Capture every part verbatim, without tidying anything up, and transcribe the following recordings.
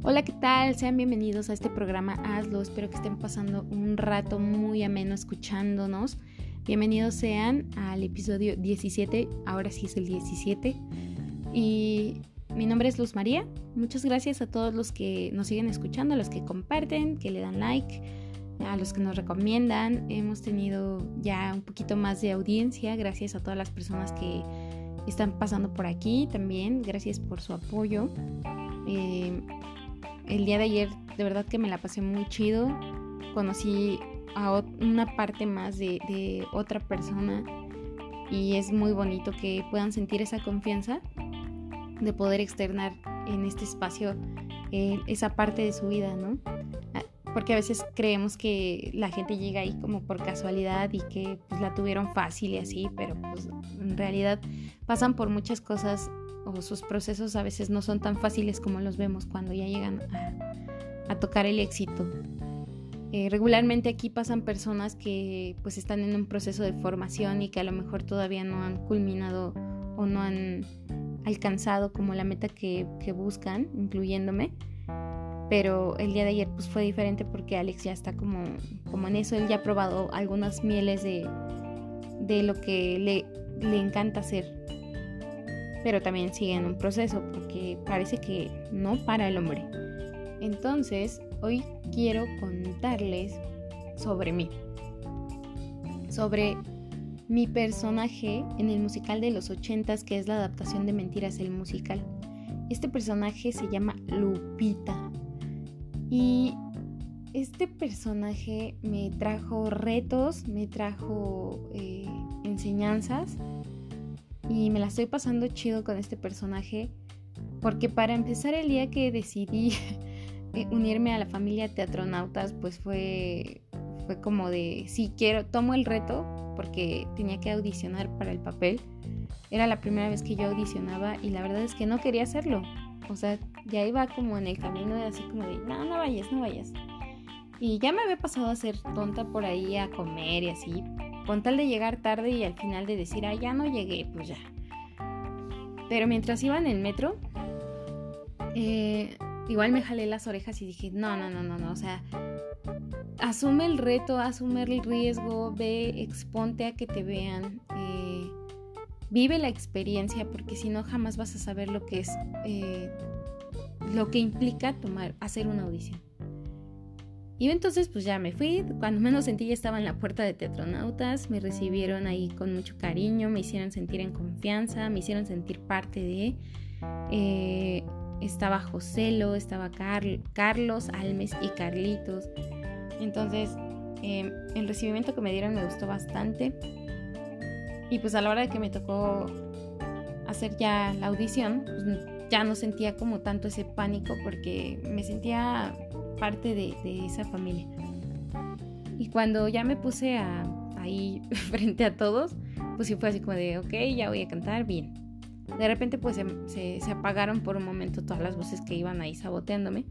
Hola, ¿qué tal? Sean bienvenidos a este programa Hazlo. Espero que estén pasando un rato muy ameno escuchándonos. Bienvenidos sean al episodio diecisiete, ahora sí es el diecisiete. Y mi nombre es Luz María. Muchas gracias a todos los que nos siguen escuchando, a los que comparten, que le dan like, a los que nos recomiendan. Hemos tenido ya un poquito más de audiencia, gracias a todas las personas que están pasando por aquí también. Gracias por su apoyo. Eh, el día de ayer de verdad que me la pasé muy chido. Conocí a una parte más de, de otra persona y es muy bonito que puedan sentir esa confianza de poder externar en este espacio eh, esa parte de su vida, ¿no? Porque a veces creemos que la gente llega ahí como por casualidad y que pues, la tuvieron fácil y así, pero pues en realidad pasan por muchas cosas o sus procesos a veces no son tan fáciles como los vemos cuando ya llegan a, a tocar el éxito. Eh, regularmente aquí pasan personas que pues están en un proceso de formación y que a lo mejor todavía no han culminado o no han alcanzado como la meta que, que buscan, incluyéndome. Pero el día de ayer pues fue diferente porque Alex ya está como, como en eso. Él ya ha probado algunas mieles de, de lo que le, le encanta hacer, pero también sigue en un proceso porque parece que no para el hombre. Entonces hoy quiero contarles sobre mí, sobre mi personaje en el musical de los ochentas, que es la adaptación de Mentiras el musical. Este personaje se llama Lupita. Y este personaje me trajo retos, me trajo eh, enseñanzas y me la estoy pasando chido con este personaje porque para empezar el día que decidí unirme a la familia Teatronautas pues fue, fue como de sí quiero, tomo el reto porque tenía que audicionar para el papel. Era la primera vez que yo audicionaba y la verdad es que no quería hacerlo. O sea, ya iba como en el camino de así como de, no, no vayas, no vayas. Y ya me había pasado a ser tonta por ahí a comer y así, con tal de llegar tarde y al final de decir, ah, ya no llegué, pues ya. Pero mientras iba en el metro, eh, igual me jalé las orejas y dije, no, no, no, no, no, o sea, asume el reto, asume el riesgo, ve, exponte a que te vean, eh, vive la experiencia, porque si no jamás vas a saber lo que es, eh, lo que implica tomar, hacer una audición. Y entonces pues ya me fui, cuando menos sentí ya estaba en la puerta de Teatronautas, me recibieron ahí con mucho cariño, me hicieron sentir en confianza, me hicieron sentir parte de, eh, estaba Joselo, estaba Car- Carlos, Almes y Carlitos. Entonces eh, el recibimiento que me dieron me gustó bastante. Y pues a la hora de que me tocó hacer ya la audición, pues ya no sentía como tanto ese pánico porque me sentía parte de, de esa familia. Y cuando ya me puse a, ahí frente a todos, pues sí fue así como de, ok, ya voy a cantar bien. De repente pues se, se, se apagaron por un momento todas las voces que iban ahí saboteándome.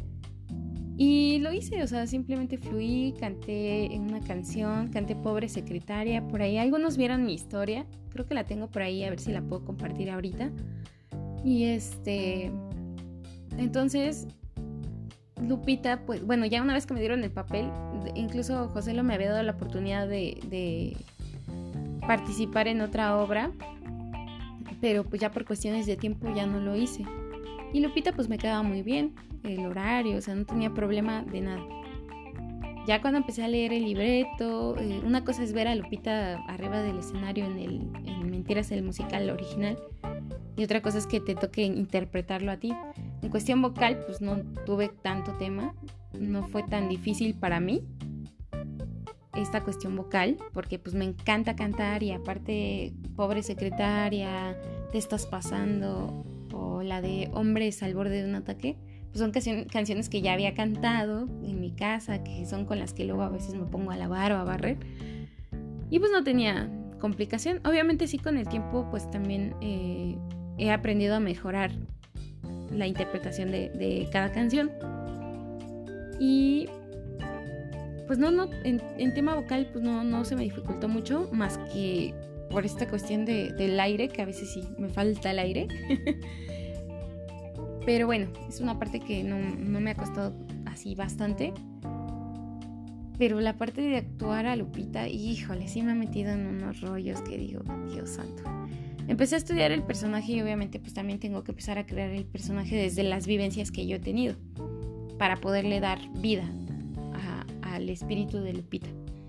Y lo hice, o sea, simplemente fluí, canté una canción, canté Pobre Secretaria, por ahí algunos vieron mi historia, creo que la tengo por ahí, a ver si la puedo compartir ahorita. Y este, entonces, Lupita, pues, bueno, ya una vez que me dieron el papel, incluso Joselo me había dado la oportunidad de, de participar en otra obra, pero pues ya por cuestiones de tiempo ya no lo hice. Y Lupita pues me quedaba muy bien, el horario, o sea, no tenía problema de nada. Ya cuando empecé a leer el libreto, eh, una cosa es ver a Lupita arriba del escenario en, el, en Mentiras el musical original, y otra cosa es que te toque interpretarlo a ti. En cuestión vocal pues no tuve tanto tema, no fue tan difícil para mí esta cuestión vocal, porque pues me encanta cantar y aparte Pobre Secretaria, Te estás pasando, o la de Hombres al borde de un ataque, pues son cancio- canciones que ya había cantado en mi casa, que son con las que luego a veces me pongo a lavar o a barrer, y pues no tenía complicación. Obviamente sí, con el tiempo pues también eh, he aprendido a mejorar la interpretación de, de cada canción. Y pues no, no, en, en tema vocal pues no, no se me dificultó mucho, más que por esta cuestión de, del aire, que a veces sí me falta el aire. Pero bueno, es una parte que no, no me ha costado así bastante. Pero la parte de actuar a Lupita, híjole, sí me ha metido en unos rollos que digo, Dios santo. Empecé a estudiar el personaje y obviamente pues también tengo que empezar a crear el personaje desde las vivencias que yo he tenido para poderle dar vida a, al espíritu de Lupita.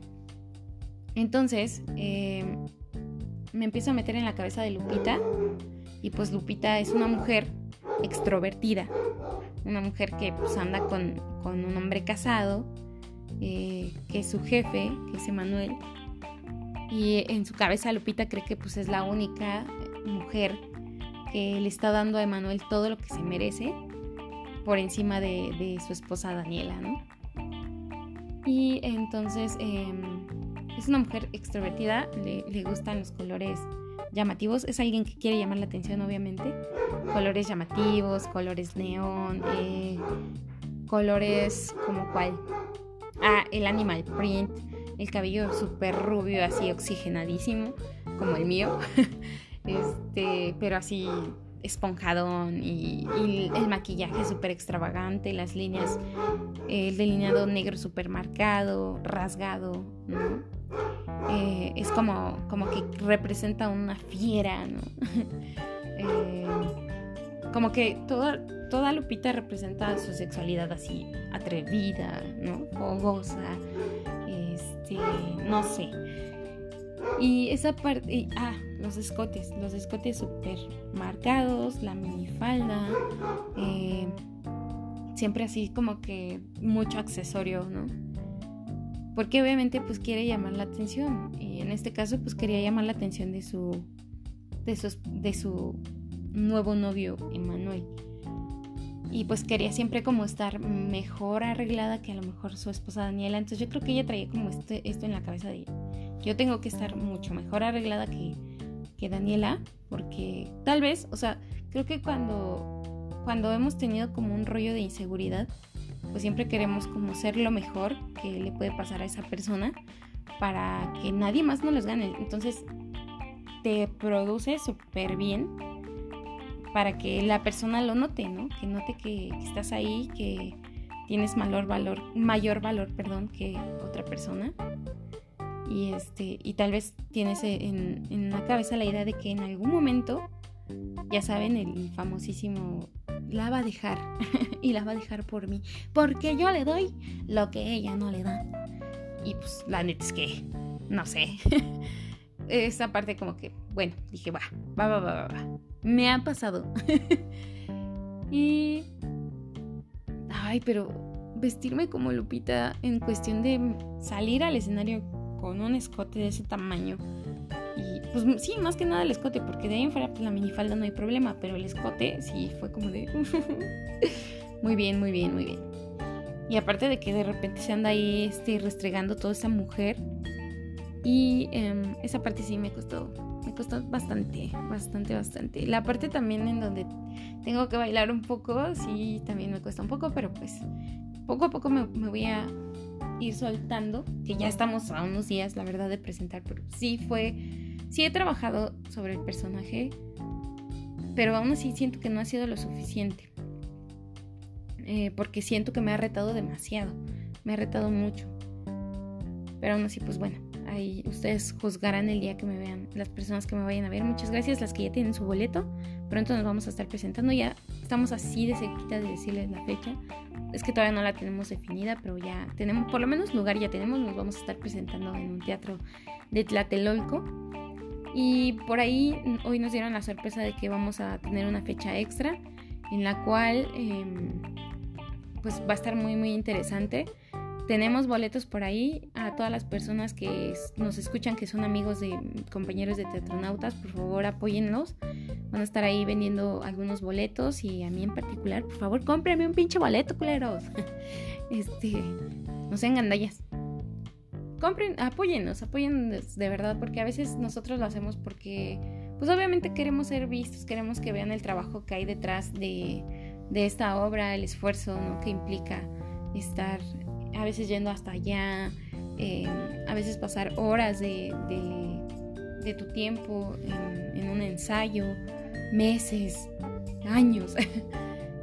Entonces, eh, me empiezo a meter en la cabeza de Lupita y pues Lupita es una mujer extrovertida, una mujer que pues anda con, con un hombre casado, eh, que es su jefe, que es Emanuel, y en su cabeza Lupita cree que pues es la única mujer que le está dando a Emanuel todo lo que se merece por encima de, de su esposa Daniela, ¿no? Y entonces eh, es una mujer extrovertida, le, le gustan los colores llamativos, es alguien que quiere llamar la atención obviamente, colores llamativos, colores neón, eh, colores como cuál, ah, el animal print, el cabello súper rubio, así oxigenadísimo, como el mío, este, pero así esponjadón, y, y el maquillaje súper extravagante, las líneas, el delineado negro súper marcado, rasgado, ¿no? Eh, es como, como que representa una fiera, ¿no? eh, como que toda, toda Lupita representa su sexualidad así atrevida, ¿no? Fogosa, este, no sé. Y esa parte, ah, los escotes, los escotes súper marcados, la minifalda, eh, siempre así como que mucho accesorio, ¿no? Porque obviamente pues quiere llamar la atención, y en este caso pues quería llamar la atención de su, de su, de su nuevo novio, Emanuel. Y pues quería siempre como estar mejor arreglada que a lo mejor su esposa Daniela. Entonces yo creo que ella traía como este, esto en la cabeza de yo tengo que estar mucho mejor arreglada que, que Daniela, porque tal vez, o sea, creo que cuando, cuando hemos tenido como un rollo de inseguridad, pues siempre queremos como ser lo mejor que le puede pasar a esa persona para que nadie más nos les gane. Entonces te produce súper bien para que la persona lo note, ¿no? Que note que, que estás ahí, que tienes mayor valor, mayor valor, perdón, que otra persona. Y este, y tal vez tienes en, en la cabeza la idea de que en algún momento, ya saben, el famosísimo la va a dejar y la va a dejar por mí, porque yo le doy lo que ella no le da. Y pues la neta es que no sé. Esa parte como que, bueno, dije, va, va, va, va, va. Me ha pasado. Y ay, pero vestirme como Lupita en cuestión de salir al escenario con un escote de ese tamaño, y pues sí, más que nada el escote, porque de ahí en fuera pues la minifalda no hay problema, pero el escote sí fue como de muy bien, muy bien, muy bien. Y aparte de que de repente se anda ahí este, restregando toda esa mujer, y um, esa parte sí me costó me costó bastante, bastante, bastante. La parte también en donde tengo que bailar un poco, sí, también me cuesta un poco, pero pues poco a poco me, me voy a ir soltando, que ya estamos a unos días, la verdad, de presentar, pero sí fue, sí he trabajado sobre el personaje, pero aún así siento que no ha sido lo suficiente, eh, porque siento que me ha retado demasiado, me ha retado mucho, pero aún así, pues bueno, ahí ustedes juzgarán el día que me vean, las personas que me vayan a ver. Muchas gracias las que ya tienen su boleto, pronto nos vamos a estar presentando, ya estamos así de cerquita de decirles la fecha. Es que todavía no la tenemos definida, pero ya tenemos, por lo menos lugar ya tenemos, nos vamos a estar presentando en un teatro de Tlatelolco. Y por ahí hoy nos dieron la sorpresa de que vamos a tener una fecha extra, en la cual eh, pues va a estar muy muy interesante. Tenemos boletos por ahí. A todas las personas que nos escuchan, que son amigos de compañeros de Teatronautas, por favor apóyennos. Van a estar ahí vendiendo algunos boletos, y a mí en particular, por favor, cómprenme un pinche boleto, culeros. Este, no sean gandallas. Compren, apóyennos, apóyennos de verdad, porque a veces nosotros lo hacemos porque, pues obviamente queremos ser vistos, queremos que vean el trabajo que hay detrás de, de esta obra, el esfuerzo, ¿no?, que implica estar a veces yendo hasta allá, eh, a veces pasar horas de, de, de tu tiempo en, en un ensayo, meses, años.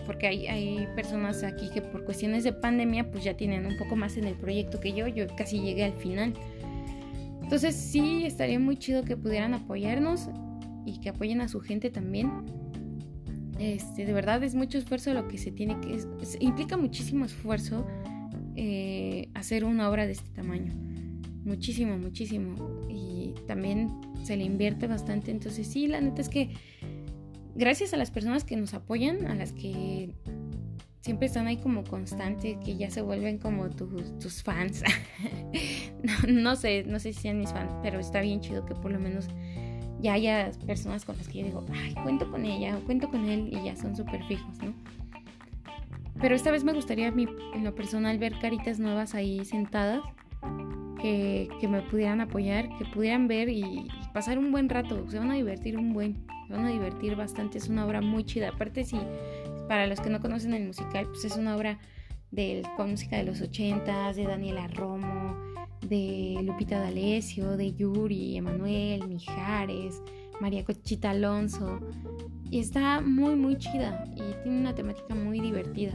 porque hay, hay personas aquí que por cuestiones de pandemia pues ya tienen un poco más en el proyecto que yo, yo casi llegué al final. Entonces sí, estaría muy chido que pudieran apoyarnos y que apoyen a su gente también. Este, de verdad es mucho esfuerzo lo que se tiene que... Es, es, implica muchísimo esfuerzo eh, hacer una obra de este tamaño. Muchísimo, muchísimo. Y también se le invierte bastante. Entonces sí, la neta es que gracias a las personas que nos apoyan, a las que siempre están ahí como constantes, que ya se vuelven como tus, tus fans. no, no sé, no sé si sean mis fans, pero está bien chido que por lo menos ya haya personas con las que yo digo, ay, cuento con ella, o cuento con él, y ya son súper fijos, ¿no? Pero esta vez me gustaría a mí, en lo personal, ver caritas nuevas ahí sentadas, que, que me pudieran apoyar, que pudieran ver y, y pasar un buen rato. Se van a divertir un buen, se van a divertir bastante. Es una obra muy chida. Aparte, si para los que no conocen el musical, pues es una obra de, con música de los ochentas, de Daniela Romo, de Lupita D'Alessio, de Yuri, Emanuel, Mijares, María Conchita Alonso, y está muy muy chida y tiene una temática muy divertida.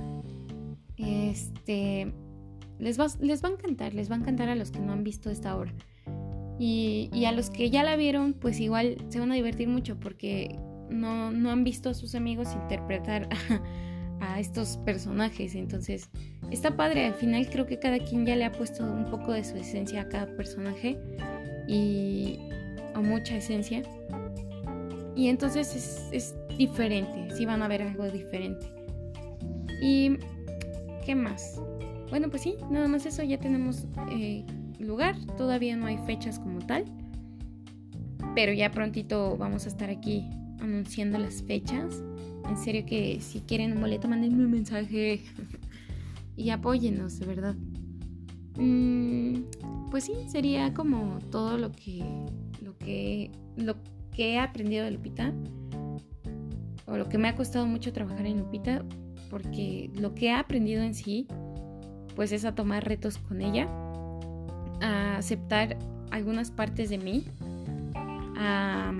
Este les va, les va a encantar, les va a encantar a los que no han visto esta obra, y, y a los que ya la vieron, pues igual se van a divertir mucho porque no, no han visto a sus amigos interpretar a, a estos personajes. Entonces está padre, al final creo que cada quien ya le ha puesto un poco de su esencia a cada personaje, y o mucha esencia, y entonces es, es diferente, sí van a ver algo diferente. ¿Y qué más? Bueno, pues sí, nada más eso. Ya tenemos eh, lugar, todavía no hay fechas como tal, pero ya prontito vamos a estar aquí anunciando las fechas. En serio que si quieren un boleto, mándenme un mensaje y apóyennos, de verdad. Mm, pues sí, sería como todo lo que lo que lo que he aprendido de Lupita, o lo que me ha costado mucho trabajar en Lupita, porque lo que he aprendido en sí pues es a tomar retos con ella, a aceptar algunas partes de mí, a...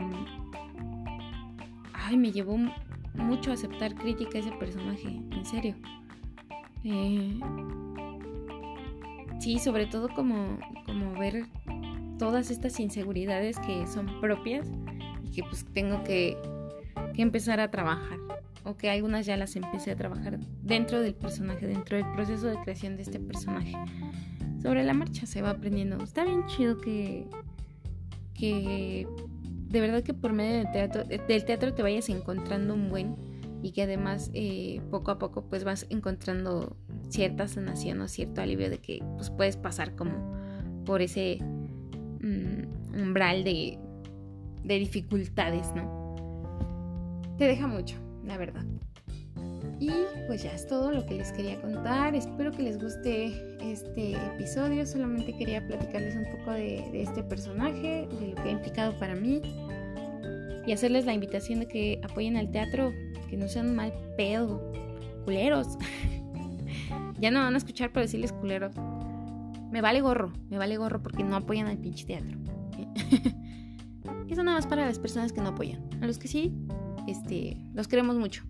ay, me llevó mucho a aceptar crítica a ese personaje, en serio. Eh, sí, sobre todo como, como ver todas estas inseguridades que son propias y que pues tengo que, que empezar a trabajar, o que algunas ya las empecé a trabajar dentro del personaje, dentro del proceso de creación de este personaje. Sobre la marcha se va aprendiendo. Está bien chido que, que de verdad que por medio del teatro, del teatro te vayas encontrando un buen, y que además eh, poco a poco pues vas encontrando cierta sanación o cierto alivio de que pues puedes pasar como por ese mm, umbral de, de dificultades, ¿no? Te deja mucho, la verdad. Y pues ya es todo lo que les quería contar. Espero que les guste este episodio. Solamente quería platicarles un poco de, de este personaje, de lo que ha implicado para mí, y hacerles la invitación de que apoyen al teatro, que no sean mal pedo, culeros. Ya no van a escuchar por decirles culeros. Me vale gorro, me vale gorro porque no apoyan al pinche teatro. Eso nada más para las personas que no apoyan. A los que sí, este, los queremos mucho.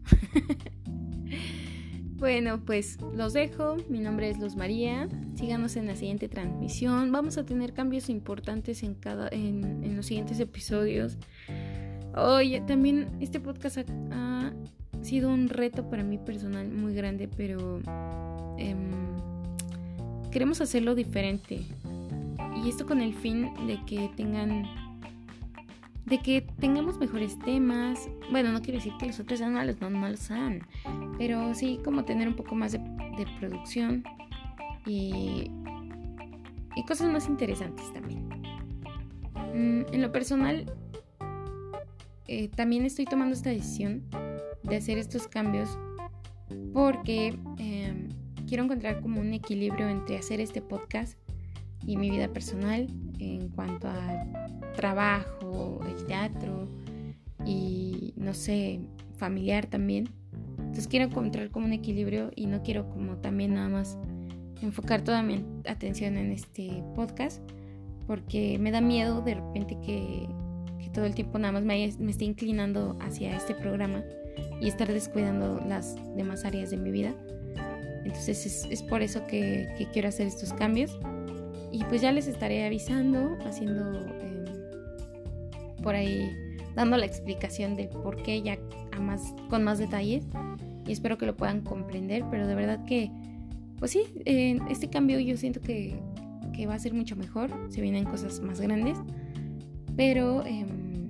Bueno, pues los dejo. Mi nombre es Luz María. Síganos en la siguiente transmisión. Vamos a tener cambios importantes en cada en, en los siguientes episodios. Oye, también este podcast ha, ha sido un reto para mí personal muy grande, pero eh, queremos hacerlo diferente. Y esto con el fin de que tengan de que tengamos mejores temas. Bueno, no quiero decir que los otros sean malos, no, no lo sean, pero sí como tener un poco más de, de producción y, y cosas más interesantes también. Mm, en lo personal, eh, también estoy tomando esta decisión de hacer estos cambios porque eh, quiero encontrar como un equilibrio entre hacer este podcast y mi vida personal en cuanto a trabajo, el teatro y no sé, familiar también. Entonces quiero encontrar como un equilibrio y no quiero como también nada más enfocar toda mi atención en este podcast, porque me da miedo de repente que, que todo el tiempo nada más me, me esté inclinando hacia este programa y estar descuidando las demás áreas de mi vida. Entonces es, es por eso que, que quiero hacer estos cambios. Y pues ya les estaré avisando, haciendo eh, por ahí, dando la explicación del por qué ya a más, con más detalles. Y espero que lo puedan comprender, pero de verdad que, pues sí, eh, este cambio yo siento que, que va a ser mucho mejor. Se vienen cosas más grandes, pero eh,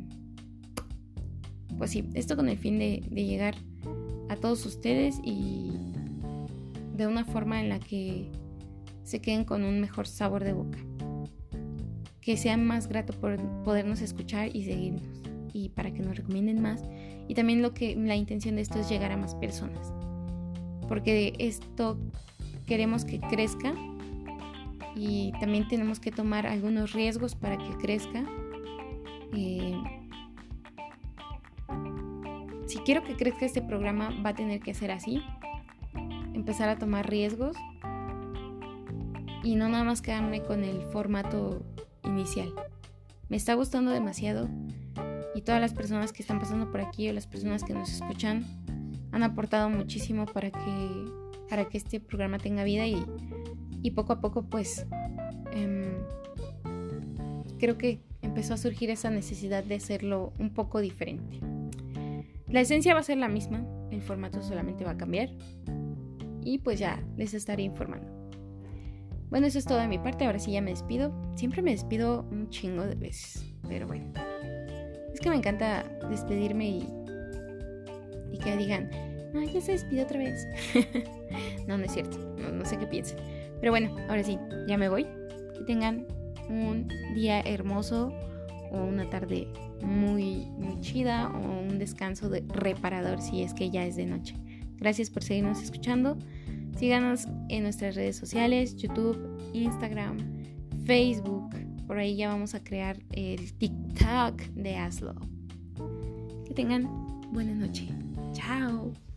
pues sí, esto con el fin de, de llegar a todos ustedes y de una forma en la que se queden con un mejor sabor de boca, que sea más grato por podernos escuchar y seguirnos, y para que nos recomienden más. Y también lo que la intención de esto es llegar a más personas, porque esto queremos que crezca y también tenemos que tomar algunos riesgos para que crezca. Eh, si quiero que crezca este programa, va a tener que ser así, empezar a tomar riesgos y no nada más quedarme con el formato inicial. Me está gustando demasiado y todas las personas que están pasando por aquí o las personas que nos escuchan han aportado muchísimo para que, para que este programa tenga vida y, y poco a poco pues eh, creo que empezó a surgir esa necesidad de hacerlo un poco diferente. La esencia va a ser la misma, el formato solamente va a cambiar y pues ya les estaré informando. Bueno, eso es todo de mi parte, ahora sí ya me despido. Siempre me despido un chingo de veces, pero bueno. Es que me encanta despedirme y, y que digan, ah, ya se despidió otra vez. No, no es cierto, no, no sé qué piensen. Pero bueno, ahora sí, ya me voy. Que tengan un día hermoso o una tarde muy, muy chida o un descanso de reparador si es que ya es de noche. Gracias por seguirnos escuchando. Síganos en nuestras redes sociales, YouTube, Instagram, Facebook. Por ahí ya vamos a crear el TikTok de Aslo. Que tengan buena noche. Chao.